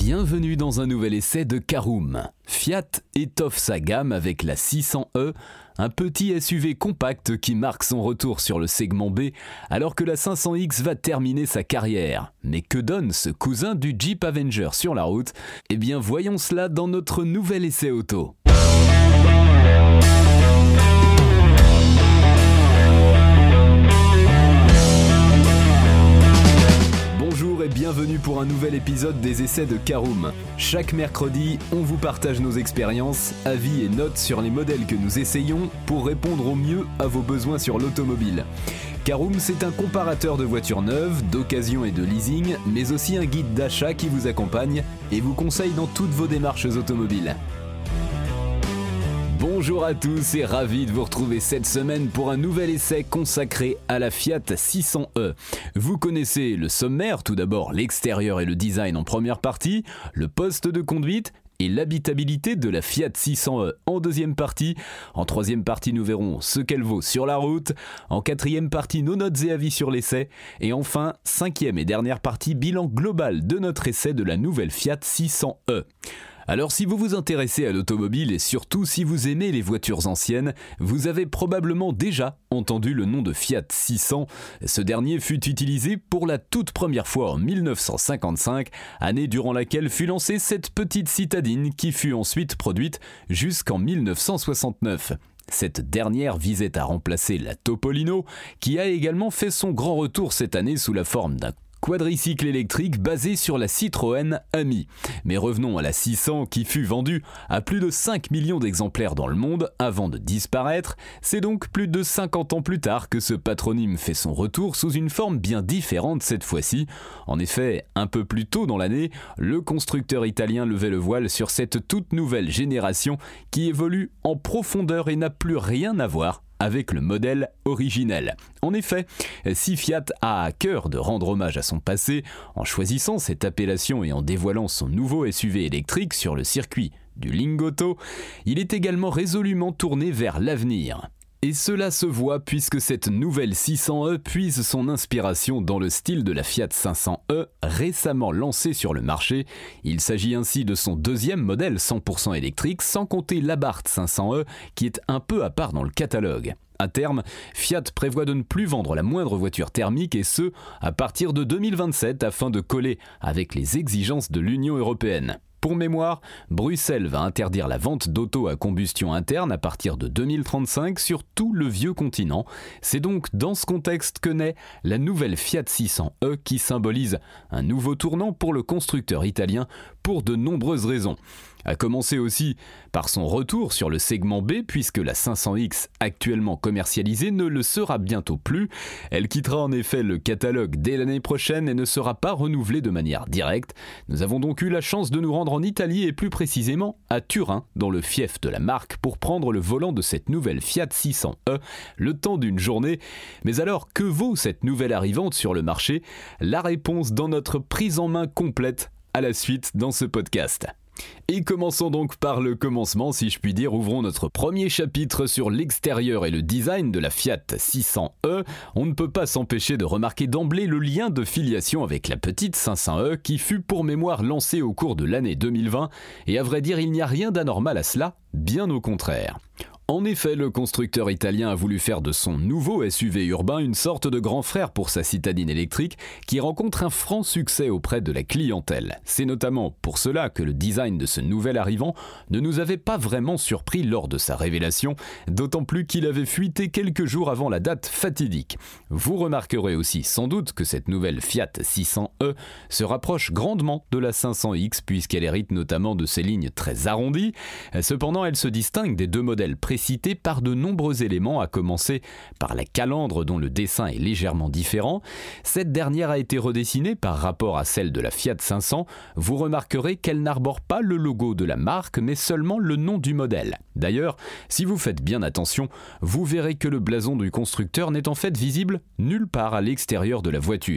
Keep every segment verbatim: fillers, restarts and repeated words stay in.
Bienvenue dans un nouvel essai de Caroom. Fiat étoffe sa gamme avec la six cents E, un petit S U V compact qui marque son retour sur le segment B alors que la cinq cents X va terminer sa carrière. Mais que donne ce cousin du Jeep Avenger sur la route ? Eh bien voyons cela dans notre nouvel essai auto. Bonjour et bienvenue pour un nouvel épisode des essais de Caroom. Chaque mercredi, on vous partage nos expériences, avis et notes sur les modèles que nous essayons pour répondre au mieux à vos besoins sur l'automobile. Caroom, c'est un comparateur de voitures neuves, d'occasion et de leasing, mais aussi un guide d'achat qui vous accompagne et vous conseille dans toutes vos démarches automobiles. Bonjour à tous et ravi de vous retrouver cette semaine pour un nouvel essai consacré à la Fiat six cents E. Vous connaissez le sommaire, tout d'abord l'extérieur et le design en première partie, le poste de conduite et l'habitabilité de la Fiat six cents E en deuxième partie. En troisième partie, nous verrons ce qu'elle vaut sur la route. En quatrième partie, nos notes et avis sur l'essai. Et enfin, cinquième et dernière partie, bilan global de notre essai de la nouvelle Fiat six cents E. Alors si vous vous intéressez à l'automobile et surtout si vous aimez les voitures anciennes, vous avez probablement déjà entendu le nom de Fiat six cents. Ce dernier fut utilisé pour la toute première fois en dix-neuf cent cinquante-cinq, année durant laquelle fut lancée cette petite citadine qui fut ensuite produite jusqu'en dix-neuf cent soixante-neuf. Cette dernière visait à remplacer la Topolino, qui a également fait son grand retour cette année sous la forme d'un quadricycle électrique basé sur la Citroën Ami. Mais revenons à la six cents qui fut vendue à plus de cinq millions d'exemplaires dans le monde avant de disparaître. C'est donc plus de cinquante ans plus tard que ce patronyme fait son retour sous une forme bien différente cette fois-ci. En effet, un peu plus tôt dans l'année, le constructeur italien levait le voile sur cette toute nouvelle génération qui évolue en profondeur et n'a plus rien à voir avec le modèle originel. En effet, si Fiat a à cœur de rendre hommage à son passé, en choisissant cette appellation et en dévoilant son nouveau S U V électrique sur le circuit du Lingotto, il est également résolument tourné vers l'avenir. Et cela se voit puisque cette nouvelle six cents E puise son inspiration dans le style de la Fiat cinq cents E récemment lancée sur le marché. Il s'agit ainsi de son deuxième modèle cent pour cent électrique, sans compter l'Abarth cinq cents E qui est un peu à part dans le catalogue. À terme, Fiat prévoit de ne plus vendre la moindre voiture thermique et ce, à partir de deux mille vingt-sept afin de coller avec les exigences de l'Union européenne. Pour mémoire, Bruxelles va interdire la vente d'autos à combustion interne à partir de deux mille trente-cinq sur tout le vieux continent. C'est donc dans ce contexte que naît la nouvelle Fiat six cents E qui symbolise un nouveau tournant pour le constructeur italien pour de nombreuses raisons. À commencer aussi par son retour sur le segment B puisque la cinq cents X actuellement commercialisée ne le sera bientôt plus. Elle quittera en effet le catalogue dès l'année prochaine et ne sera pas renouvelée de manière directe. Nous avons donc eu la chance de nous rendre en Italie et plus précisément à Turin, dans le fief de la marque, pour prendre le volant de cette nouvelle Fiat six cents E le temps d'une journée. Mais alors, que vaut cette nouvelle arrivante sur le marché ? La réponse dans notre prise en main complète à la suite dans ce podcast. Et commençons donc par le commencement, si je puis dire. Ouvrons notre premier chapitre sur l'extérieur et le design de la Fiat six cents E. On ne peut pas s'empêcher de remarquer d'emblée le lien de filiation avec la petite cinq cents E qui fut pour mémoire lancée au cours de l'année deux mille vingt. Et à vrai dire, il n'y a rien d'anormal à cela, bien au contraire. En effet, le constructeur italien a voulu faire de son nouveau S U V urbain une sorte de grand frère pour sa citadine électrique qui rencontre un franc succès auprès de la clientèle. C'est notamment pour cela que le design de ce nouvel arrivant ne nous avait pas vraiment surpris lors de sa révélation, d'autant plus qu'il avait fuité quelques jours avant la date fatidique. Vous remarquerez aussi sans doute que cette nouvelle Fiat six cents E se rapproche grandement de la cinq cents X puisqu'elle hérite notamment de ses lignes très arrondies. Cependant, elle se distingue des deux modèles précédents cité par de nombreux éléments, à commencer par la calandre dont le dessin est légèrement différent. Cette dernière a été redessinée par rapport à celle de la Fiat cinq cents. Vous remarquerez qu'elle n'arbore pas le logo de la marque, mais seulement le nom du modèle. D'ailleurs, si vous faites bien attention, vous verrez que le blason du constructeur n'est en fait visible nulle part à l'extérieur de la voiture.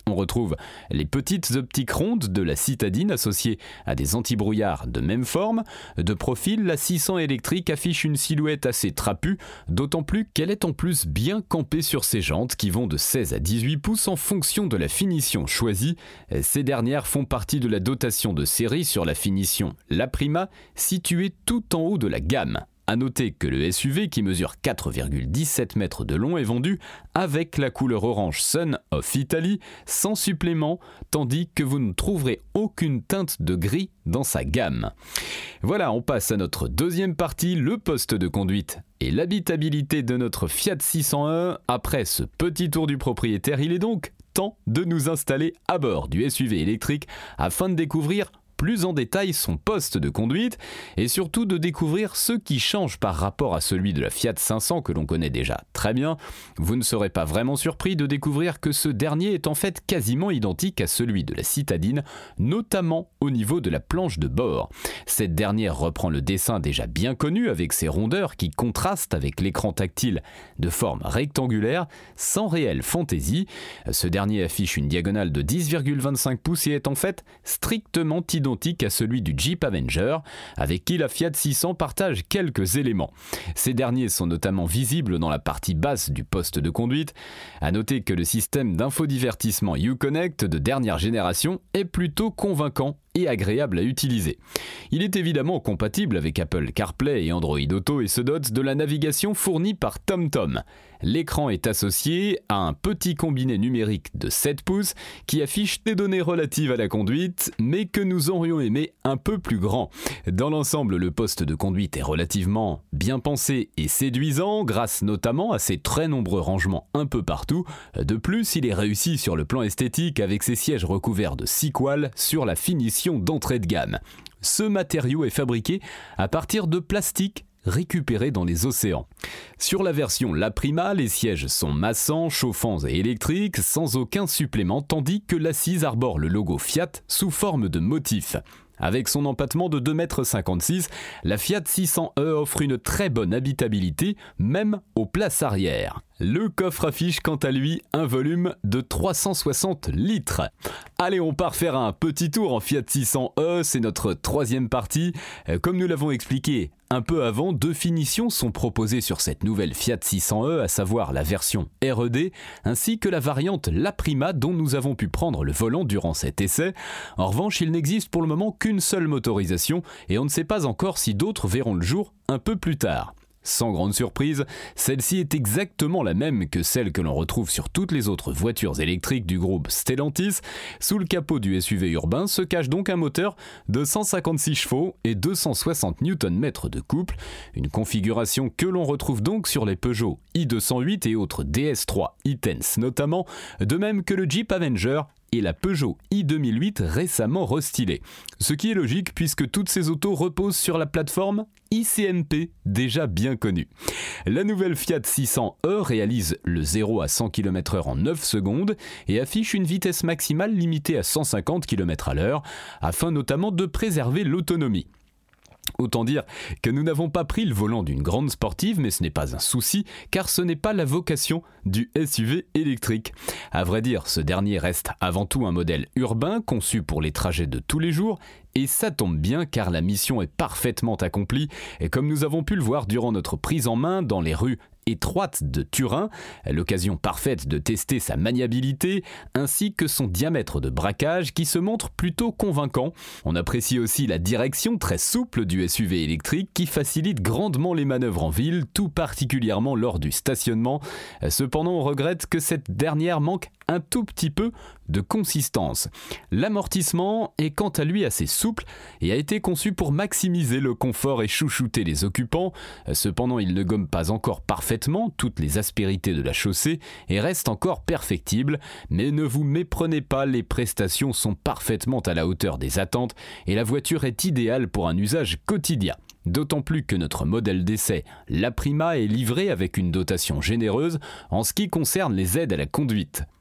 On retrouve les petites optiques rondes de la citadine associées à des antibrouillards de même forme. De profil, la six cents électrique affiche une silhouette assez trapue, d'autant plus qu'elle est en plus bien campée sur ses jantes qui vont de seize à dix-huit pouces en fonction de la finition choisie. Ces dernières font partie de la dotation de série sur la finition La Prima, située tout en haut de la gamme. A noter que le S U V qui mesure quatre virgule dix-sept mètres de long est vendu avec la couleur orange Sun of Italy sans supplément, tandis que vous ne trouverez aucune teinte de gris dans sa gamme. Voilà, on passe à notre deuxième partie, le poste de conduite et l'habitabilité de notre Fiat six cents E. Après ce petit tour du propriétaire, il est donc temps de nous installer à bord du S U V électrique afin de découvrir plus en détail son poste de conduite et surtout de découvrir ce qui change par rapport à celui de la Fiat cinq cents que l'on connaît déjà très bien. Vous ne serez pas vraiment surpris de découvrir que ce dernier est en fait quasiment identique à celui de la citadine, notamment au niveau de la planche de bord. Cette dernière reprend le dessin déjà bien connu avec ses rondeurs qui contrastent avec l'écran tactile de forme rectangulaire sans réelle fantaisie. Ce dernier affiche une diagonale de dix virgule vingt-cinq pouces et est en fait strictement identique identique à celui du Jeep Avenger, avec qui la Fiat six cents partage quelques éléments. Ces derniers sont notamment visibles dans la partie basse du poste de conduite. A noter que le système d'infodivertissement Uconnect de dernière génération est plutôt convaincant et agréable à utiliser. Il est évidemment compatible avec Apple CarPlay et Android Auto et se dote de la navigation fournie par TomTom. L'écran est associé à un petit combiné numérique de sept pouces qui affiche des données relatives à la conduite, mais que nous aurions aimé un peu plus grand. Dans l'ensemble, le poste de conduite est relativement bien pensé et séduisant, grâce notamment à ses très nombreux rangements un peu partout. De plus, il est réussi sur le plan esthétique avec ses sièges recouverts de six coils sur la finition d'entrée de gamme. Ce matériau est fabriqué à partir de plastique récupérés dans les océans. Sur la version La Prima, les sièges sont massants, chauffants et électriques, sans aucun supplément, tandis que l'assise arbore le logo Fiat sous forme de motif. Avec son empattement de deux virgule cinquante-six mètres, la Fiat six cents E offre une très bonne habitabilité, même aux places arrière. Le coffre affiche quant à lui un volume de trois cent soixante litres. Allez, on part faire un petit tour en Fiat six cents E, c'est notre troisième partie. Comme nous l'avons expliqué un peu avant, deux finitions sont proposées sur cette nouvelle Fiat six cents E, à savoir la version R E D ainsi que la variante La Prima dont nous avons pu prendre le volant durant cet essai. En revanche, il n'existe pour le moment qu'une seule motorisation et on ne sait pas encore si d'autres verront le jour un peu plus tard. Sans grande surprise, celle-ci est exactement la même que celle que l'on retrouve sur toutes les autres voitures électriques du groupe Stellantis. Sous le capot du S U V urbain se cache donc un moteur de cent cinquante-six chevaux et deux cent soixante newton-mètres de couple, une configuration que l'on retrouve donc sur les Peugeot i deux cent huit et autres D S trois e-Tense notamment, de même que le Jeep Avenger et la Peugeot i deux mille huit récemment restylée. Ce qui est logique puisque toutes ces autos reposent sur la plateforme I C M P déjà bien connue. La nouvelle Fiat six cents E réalise le zéro à cent kilomètres heure en neuf secondes et affiche une vitesse maximale limitée à cent cinquante kilomètres à l'heure afin notamment de préserver l'autonomie. Autant dire que nous n'avons pas pris le volant d'une grande sportive, mais ce n'est pas un souci, car ce n'est pas la vocation du S U V électrique. À vrai dire, ce dernier reste avant tout un modèle urbain, conçu pour les trajets de tous les jours, et ça tombe bien car la mission est parfaitement accomplie, et comme nous avons pu le voir durant notre prise en main dans les rues étroite de Turin, l'occasion parfaite de tester sa maniabilité ainsi que son diamètre de braquage qui se montre plutôt convaincant. On apprécie aussi la direction très souple du S U V électrique qui facilite grandement les manœuvres en ville, tout particulièrement lors du stationnement. Cependant, on regrette que cette dernière manque un tout petit peu de consistance. L'amortissement est quant à lui assez souple et a été conçu pour maximiser le confort et chouchouter les occupants. Cependant, il ne gomme pas encore parfaitement toutes les aspérités de la chaussée et reste encore perfectible. Mais ne vous méprenez pas, les prestations sont parfaitement à la hauteur des attentes et la voiture est idéale pour un usage quotidien. D'autant plus que notre modèle d'essai, La Prima, est livré avec une dotation généreuse en ce qui concerne les aides à la conduite.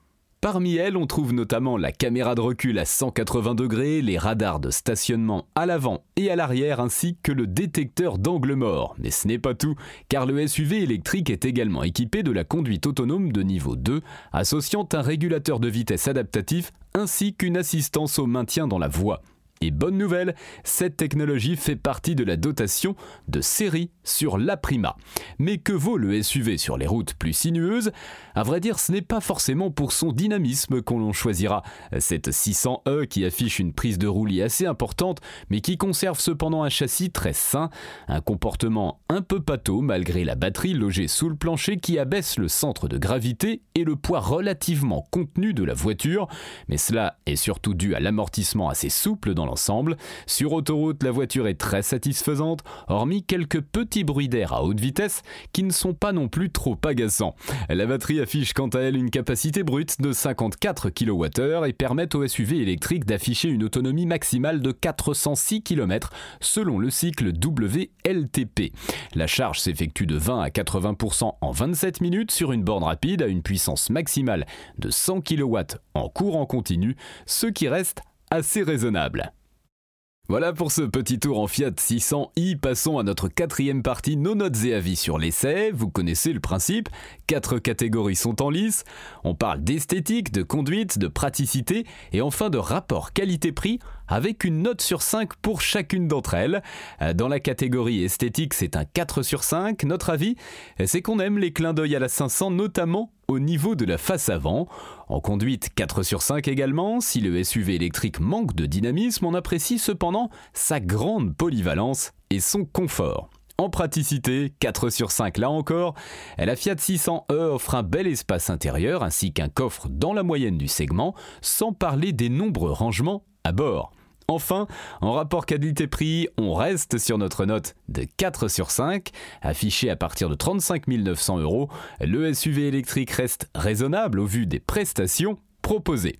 Parmi elles, on trouve notamment la caméra de recul à cent quatre-vingts degrés, les radars de stationnement à l'avant et à l'arrière, ainsi que le détecteur d'angle mort. Mais ce n'est pas tout, car le S U V électrique est également équipé de la conduite autonome de niveau deux, associant un régulateur de vitesse adaptatif ainsi qu'une assistance au maintien dans la voie. Et bonne nouvelle, cette technologie fait partie de la dotation de série sur l'Aprima. Mais que vaut le S U V sur les routes plus sinueuses ? À vrai dire, ce n'est pas forcément pour son dynamisme qu'on l'on choisira. Cette six cents E qui affiche une prise de roulis assez importante, mais qui conserve cependant un châssis très sain, un comportement un peu pâteau malgré la batterie logée sous le plancher qui abaisse le centre de gravité et le poids relativement contenu de la voiture. Mais cela est surtout dû à l'amortissement assez souple dans l'ensemble. Sur autoroute, la voiture est très satisfaisante, hormis quelques petits bruits d'air à haute vitesse qui ne sont pas non plus trop agaçants. La batterie affiche quant à elle une capacité brute de cinquante-quatre kilowattheures et permet au S U V électrique d'afficher une autonomie maximale de quatre cent six kilomètres selon le cycle W L T P. La charge s'effectue de vingt à quatre-vingts pour cent en vingt-sept minutes sur une borne rapide à une puissance maximale de cent kilowatts en courant continu, ce qui reste assez raisonnable. Voilà pour ce petit tour en Fiat six cents i, passons à notre quatrième partie, nos notes et avis sur l'essai. Vous connaissez le principe, quatre catégories sont en lice, on parle d'esthétique, de conduite, de praticité et enfin de rapport qualité-prix avec une note sur cinq pour chacune d'entre elles. Dans la catégorie esthétique, c'est un quatre sur cinq, notre avis, c'est qu'on aime les clins d'œil à la cinq cents, notamment au niveau de la face avant. En conduite, quatre sur cinq également. Si le S U V électrique manque de dynamisme, on apprécie cependant sa grande polyvalence et son confort. En praticité, quatre sur cinq là encore, la Fiat six cents E offre un bel espace intérieur ainsi qu'un coffre dans la moyenne du segment, sans parler des nombreux rangements à bord. Enfin, en rapport qualité-prix, on reste sur notre note de quatre sur cinq. Affiché à partir de trente-cinq mille neuf cents euros, le S U V électrique reste raisonnable au vu des prestations proposées.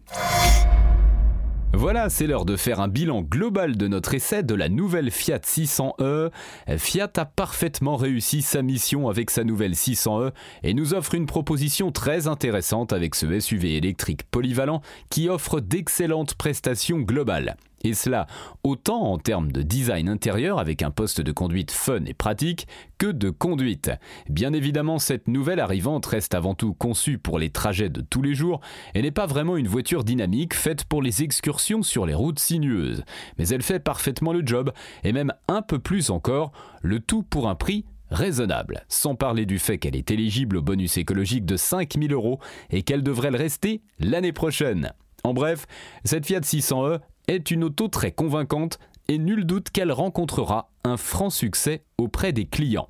Voilà, c'est l'heure de faire un bilan global de notre essai de la nouvelle Fiat six cents E. Fiat a parfaitement réussi sa mission avec sa nouvelle six cents E et nous offre une proposition très intéressante avec ce S U V électrique polyvalent qui offre d'excellentes prestations globales. Et cela autant en termes de design intérieur avec un poste de conduite fun et pratique que de conduite. Bien évidemment, cette nouvelle arrivante reste avant tout conçue pour les trajets de tous les jours et n'est pas vraiment une voiture dynamique faite pour les excursions sur les routes sinueuses. Mais elle fait parfaitement le job et même un peu plus encore, le tout pour un prix raisonnable. Sans parler du fait qu'elle est éligible au bonus écologique de cinq mille euros et qu'elle devrait le rester l'année prochaine. En bref, cette Fiat six cents E est une auto très convaincante et nul doute qu'elle rencontrera un franc succès auprès des clients.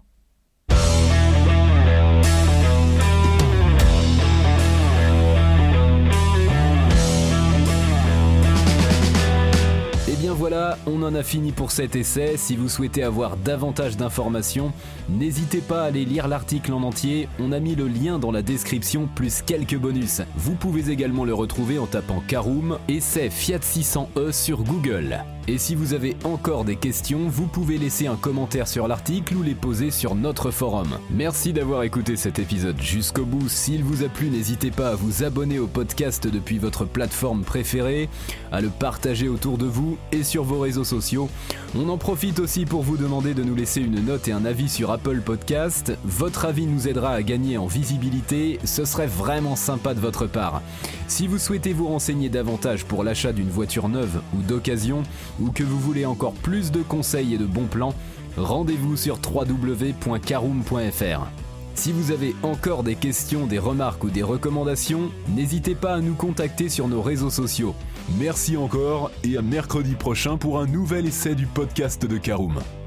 Et bien voilà, on en a fini pour cet essai. Si vous souhaitez avoir davantage d'informations, n'hésitez pas à aller lire l'article en entier. On a mis le lien dans la description plus quelques bonus. Vous pouvez également le retrouver en tapant Caroom essai Fiat six cents E sur Google. Et si vous avez encore des questions, vous pouvez laisser un commentaire sur l'article ou les poser sur notre forum. Merci d'avoir écouté cet épisode jusqu'au bout. S'il vous a plu, n'hésitez pas à vous abonner au podcast depuis votre plateforme préférée, à le partager autour de vous et sur vos réseaux sociaux. On en profite aussi pour vous demander de nous laisser une note et un avis sur Apple Podcast. Votre avis nous aidera à gagner en visibilité, ce serait vraiment sympa de votre part. Si vous souhaitez vous renseigner davantage pour l'achat d'une voiture neuve ou d'occasion, ou que vous voulez encore plus de conseils et de bons plans, rendez-vous sur w w w point caroom point f r. Si vous avez encore des questions, des remarques ou des recommandations, n'hésitez pas à nous contacter sur nos réseaux sociaux. Merci encore et à mercredi prochain pour un nouvel essai du podcast de Caroom.